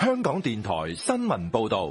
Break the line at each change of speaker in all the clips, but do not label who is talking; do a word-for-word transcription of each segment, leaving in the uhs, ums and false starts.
香港電台新聞報道。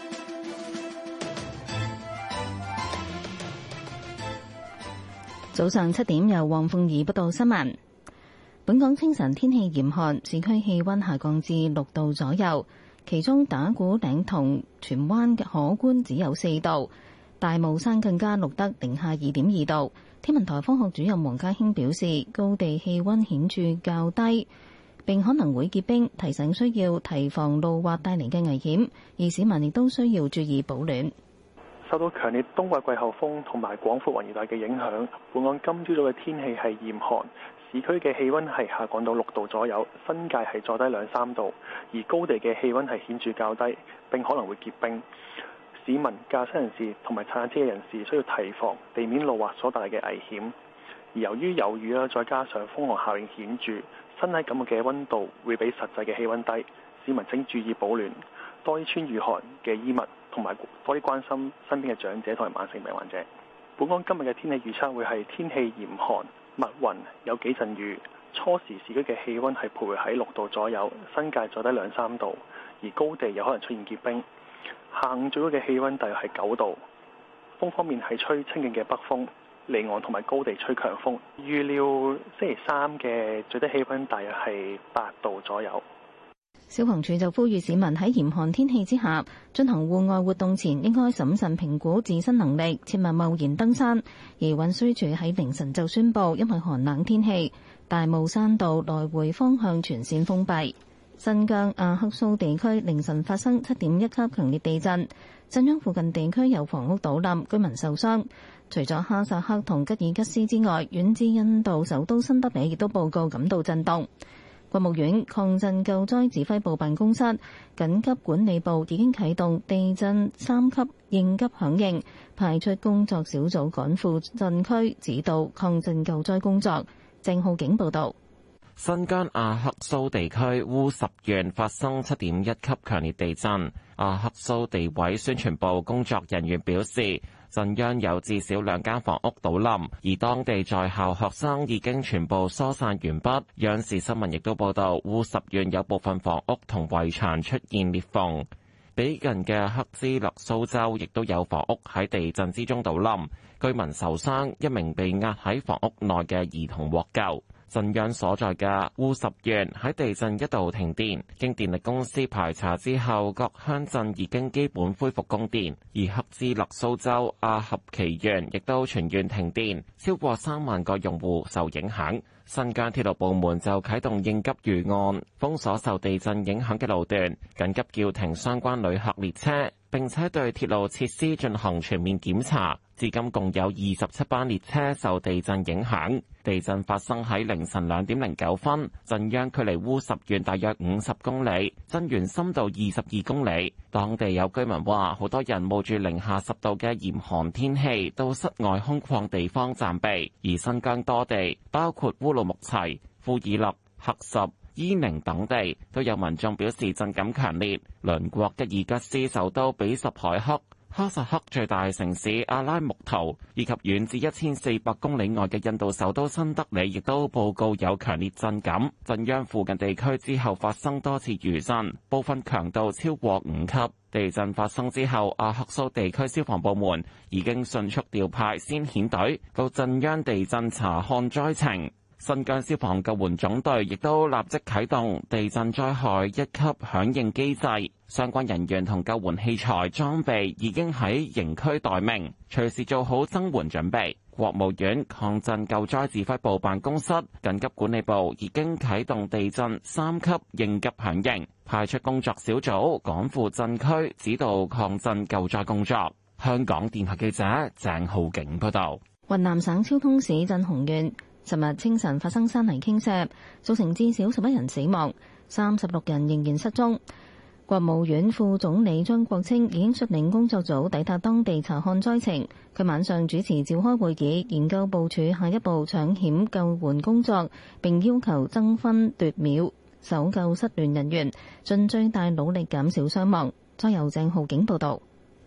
早上七點，由黃鳳儀報道新聞。本港清晨天氣嚴寒，市區氣溫下降至六度左右，其中打鼓嶺同荃灣嘅可觀只有四度，大帽山更加錄得零下二點二度。天文台科學主任黃家興表示，高地氣溫顯著較低，並可能會結冰，提醒需要提防路滑帶嚟嘅危險，而市民亦都需要注意保暖。
受到強烈冬季季候風同埋廣闊雲雨帶嘅影響，本港今朝早嘅天氣係嚴寒，市區嘅氣溫係下降到六度左右，新界係再低兩三度，而高地嘅氣溫係顯著較低，並可能會結冰。市民、駕駛人士同埋踩單車嘅人士需要提防地面路滑所帶來嘅危險。而由於有雨啦，再加上風寒效應顯著，身體感覺嘅溫度會比實際嘅氣溫低，市民請注意保暖，多啲穿御寒嘅衣物，同埋多啲關心身邊嘅長者同埋慢性病患者。本港今日嘅天氣預測會係天氣嚴寒、密雲，有幾陣雨。初時市區嘅氣溫係徘徊喺六度左右，新界再低兩三度，而高地有可能出現結冰。下午最高嘅氣溫大約係九度。風方面係吹清勁嘅北風，離岸同埋高地吹強風。預料星期三嘅最低氣溫大約係八度左右。
消防處就呼籲市民喺嚴寒天氣之下進行戶外活動前，應該審慎評估自身能力，切勿貿然登山。而運輸署喺凌晨就宣布，因為寒冷天氣，大帽山道來回方向全線封閉。新疆阿克蘇地區凌晨發生七點一級強烈地震，震央附近地區有房屋倒冧，居民受傷。除咗哈薩克同吉爾吉斯之外，遠至印度首都新德里亦都報告感到震動。國務院抗震救災指揮部辦公室、緊急管理部已經啟動地震三級應急響應，派出工作小組趕赴震區指導抗震救災工作。鄭浩景報道。
新疆阿克蘇地區烏什縣發生七點一級強烈地震。阿克蘇地委宣傳部工作人員表示，震央有至少兩間房屋倒冧，而當地在校學生已經全部疏散完畢。央視新聞亦都報道，烏什縣有部分房屋同圍牆出現裂縫。比近嘅克孜勒蘇州亦都有房屋喺地震之中倒冧，居民受傷，一名被壓喺房屋內嘅兒童獲救。震央所在嘅烏什縣喺地震一度停電，經電力公司排查之後，各鄉鎮已經基本恢復供電。而克孜勒蘇州阿合奇縣亦都全縣停電，超過三萬個用戶受影響。新疆鐵路部門就啟動應急預案，封鎖受地震影響嘅路段，緊急叫停相關旅客列車，並且對鐵路設施進行全面檢查。至今共有二十七班列車受地震影響。地震發生喺凌晨兩點零九分，震央距離烏什縣大約五十公里，震源深度二十二公里。當地有居民話，好多人冒住零下十度嘅嚴寒天氣到室外空曠地方暫避。而新疆多地，包括烏魯木齊、庫爾勒、喀什、伊寧等地，都有民眾表示震感強烈。鄰國吉爾吉斯首都比什凱克、哈薩克最大城市阿拉木圖以及遠至一千四百公里外嘅印度首都新德里，亦都報告有強烈震感。震央附近地區之後發生多次餘震，部分強度超過五級。地震發生之後，阿克蘇地區消防部門已經迅速調派先遣隊到震央地震查看災情。新疆消防救援總隊亦都立即啟動地震災害一級響應機制，相關人員同救援器材裝備已經喺營區待命，隨時做好增援準備。國務院抗震救災指揮部辦公室、緊急管理部已經啟動地震三級應急響應，派出工作小組趕赴震區指導抗震救災工作。香港電台記者鄭浩景報道。
雲南省昭通市鎮雄縣尋日清晨發生山泥傾瀉，造成至少十一人死亡，三十六人仍然失蹤。國務院副總理張國清已經率領工作組抵達當地查看災情。佢晚上主持召開會議，研究部署下一步搶險救援工作，並要求爭分奪秒搜救失聯人員，盡最大努力減少傷亡。再由鄭浩景報道。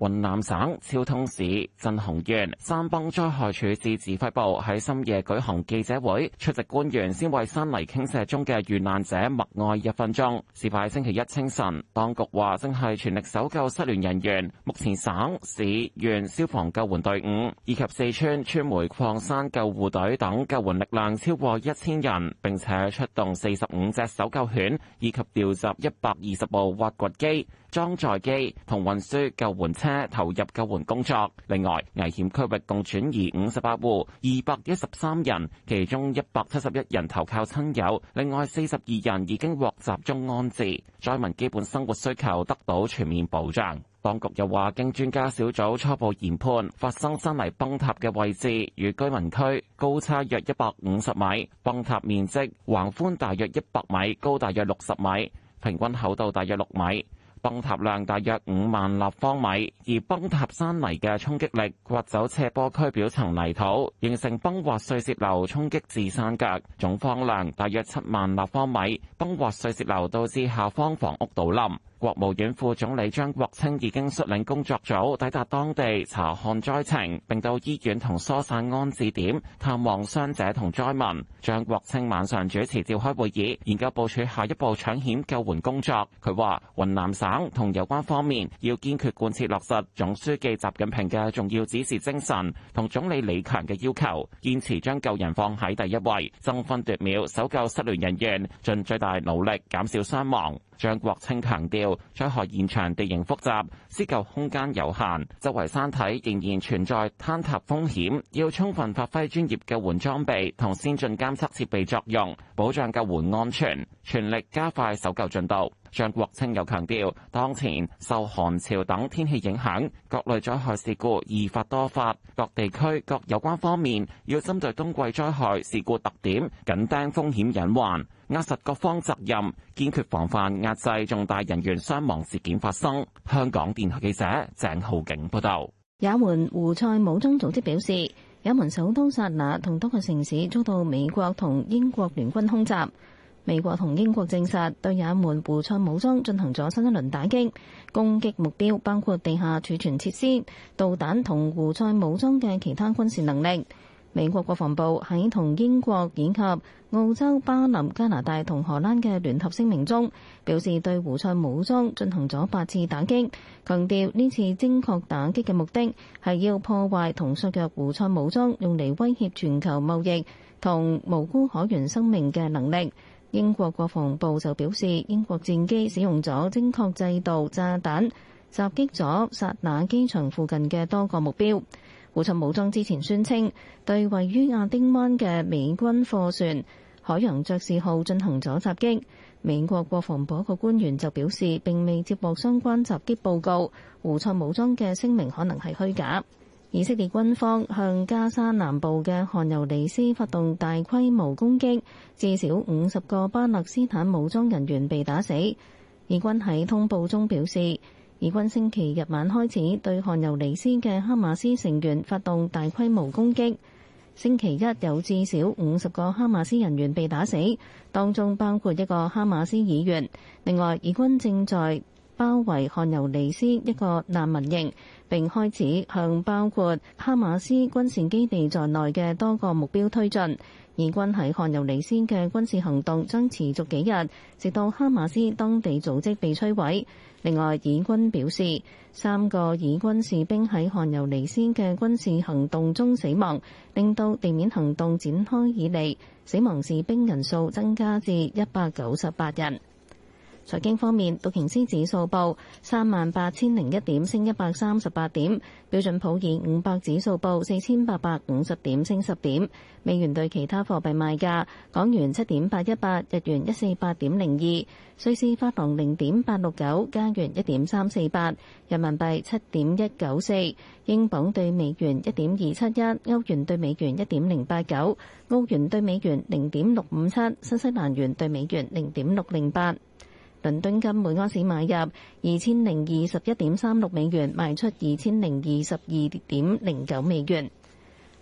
雲南省昭通市鎮雄縣山崩災害處置指揮部喺深夜舉行記者會，出席官員先為山泥傾瀉中嘅遇難者默哀一分鐘。事發星期一清晨，當局話正係全力搜救失聯人員，目前省、市、縣消防救援隊伍以及四川川煤礦山救護隊等救援力量超過一千人，並且出動四十五隻搜救犬，以及調集一百二十部挖掘機、裝載機同運輸救援車投入救援工作。另外，危險區域共轉移五十八戶，二百一十三人，其中一百七十一人投靠親友，另外四十二人已經獲集中安置，災民基本生活需求得到全面保障。當局又話，經專家小組初步研判，發生山泥崩塌嘅位置與居民區高差約一百五十米，崩塌面積橫寬大約一百米，高大約六十米，平均厚度大約六米。崩塌量大約五萬立方米，而崩塌山泥嘅衝擊力刮走斜坡區表層泥土，形成崩滑碎屑流衝擊至山腳，總方量大約七萬立方米。崩滑碎屑流導致下方房屋倒冧。國務院副總理張國清已經率領工作組抵達當地查看災情，並到醫院同疏散安置點探望傷者同災民。張國清晚上主持召開會議，研究部署下一步搶險救援工作。佢話，雲南省同有關方面要堅決貫徹落實總書記習近平嘅重要指示精神同總理李強嘅要求，堅持將救人放喺第一位，爭分奪秒搜救失聯人員，盡最大努力減少傷亡。張國清強調，災害現場地形複雜，施救空間有限，周圍山體仍然存在坍塌風險，要充分發揮專業救援裝備同先進監測設備作用，保障救援安全，全力加快搜救進度。張國清又強調，當前受寒潮等天氣影響，各類災害事故易發多發，各地區各有關方面要針對冬季災害事故特點，緊盯風險隱患，壓實各方責任，堅決防範壓制重大人員傷亡事件發生。香港電台記者鄭浩景報道。
也門胡塞武裝組織表示，也門首都薩那同多個城市遭到美國同英國聯軍空襲。美國同英國證實對也門胡塞武裝進行咗新一輪打擊，攻擊目標包括地下儲存設施、導彈同胡塞武裝嘅其他軍事能力。美國國防部喺同英國以及澳洲、巴林、加拿大同荷蘭嘅聯合聲明中表示，對胡塞武裝進行咗八次打擊，強調呢次精確打擊嘅目的係要破壞同削弱胡塞武裝用嚟威脅全球貿易同無辜可原生命嘅能力。英國國防部就表示，英國戰機使用咗精確制導炸彈，襲擊咗薩那機場附近嘅多個目標。胡塞武裝之前宣稱對位於亞丁灣嘅美軍貨船海洋爵士號進行咗襲擊。美國國防部一個官員就表示，並未接獲相關襲擊報告，胡塞武裝嘅聲明可能係虛假。以色列軍方向加沙南部嘅汗尤尼斯發動大規模攻擊，至少五十個巴勒斯坦武裝人員被打死。以軍喺通報中表示，以軍星期日晚開始對汗尤尼斯嘅哈馬斯成員發動大規模攻擊。星期一有至少五十個哈馬斯人員被打死，當中包括一個哈馬斯議員。另外，以軍正在包圍汗尤尼斯一個難民營，並開始向包括哈馬斯軍事基地在內嘅多個目標推進。以軍喺汗尤尼斯嘅軍事行動將持續幾日，直到哈馬斯當地組織被摧毀。另外，以軍表示，三個以軍士兵喺汗尤尼斯嘅軍事行動中死亡，令到地面行動展開以嚟死亡士兵人數增加至一百九十八人。財經方面，道瓊斯指數報三萬八千零一點，升一百三十八點；標準普爾五百指數報四千八百五十點，升十點。美元對其他貨幣賣價：港元七點八一八，日元一四八點零二，瑞士法郎零點八六九，加元一點三四八，人民幣七點一九四，英鎊對美元一點二七一，歐元對美元一點零八九，澳元對美元零點六五七，新西蘭元對美元零點六零八。倫敦金每盎司買入二千零二十一點三六美元，賣出二千零二十二點零九美元。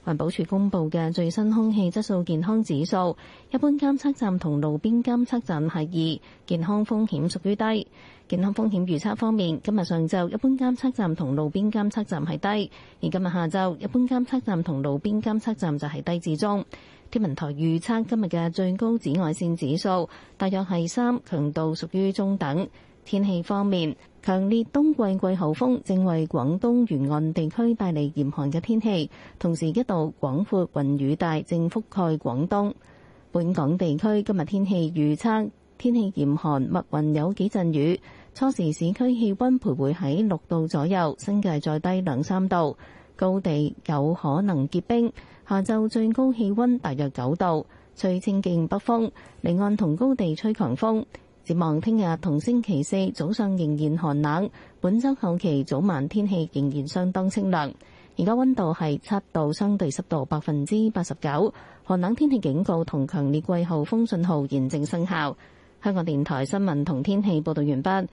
環保署公布嘅最新空氣質素健康指數，一般監測站同路邊監測站係二，健康風險屬於低。健康風險預測方面，今日上晝一般監測站同路邊監測站係低，而今日下晝一般監測站同路邊監測站就係低至中。天文台預測今日嘅最高紫外線指數大約係三，強度屬於中等。天氣方面，強烈冬季季候風正為廣東沿岸地區帶嚟嚴寒嘅天氣，同時一道廣闊雲雨帶正覆蓋廣東。本港地區今日天氣預測，天氣嚴寒，密雲有幾陣雨。初時市區氣溫徘徊喺六度左右，新界再低兩三度，高地有可能結冰。下晝最高氣溫大約九度，吹清勁北風，離岸同高地吹強風。展望聽日同星期四早上仍然寒冷，本週後期早晚天氣仍然相當清涼。而家溫度係七度，相對濕度百分之八十九，寒冷天氣警告同強烈季候風信號現正生效。香港電台新聞同天氣報道完畢。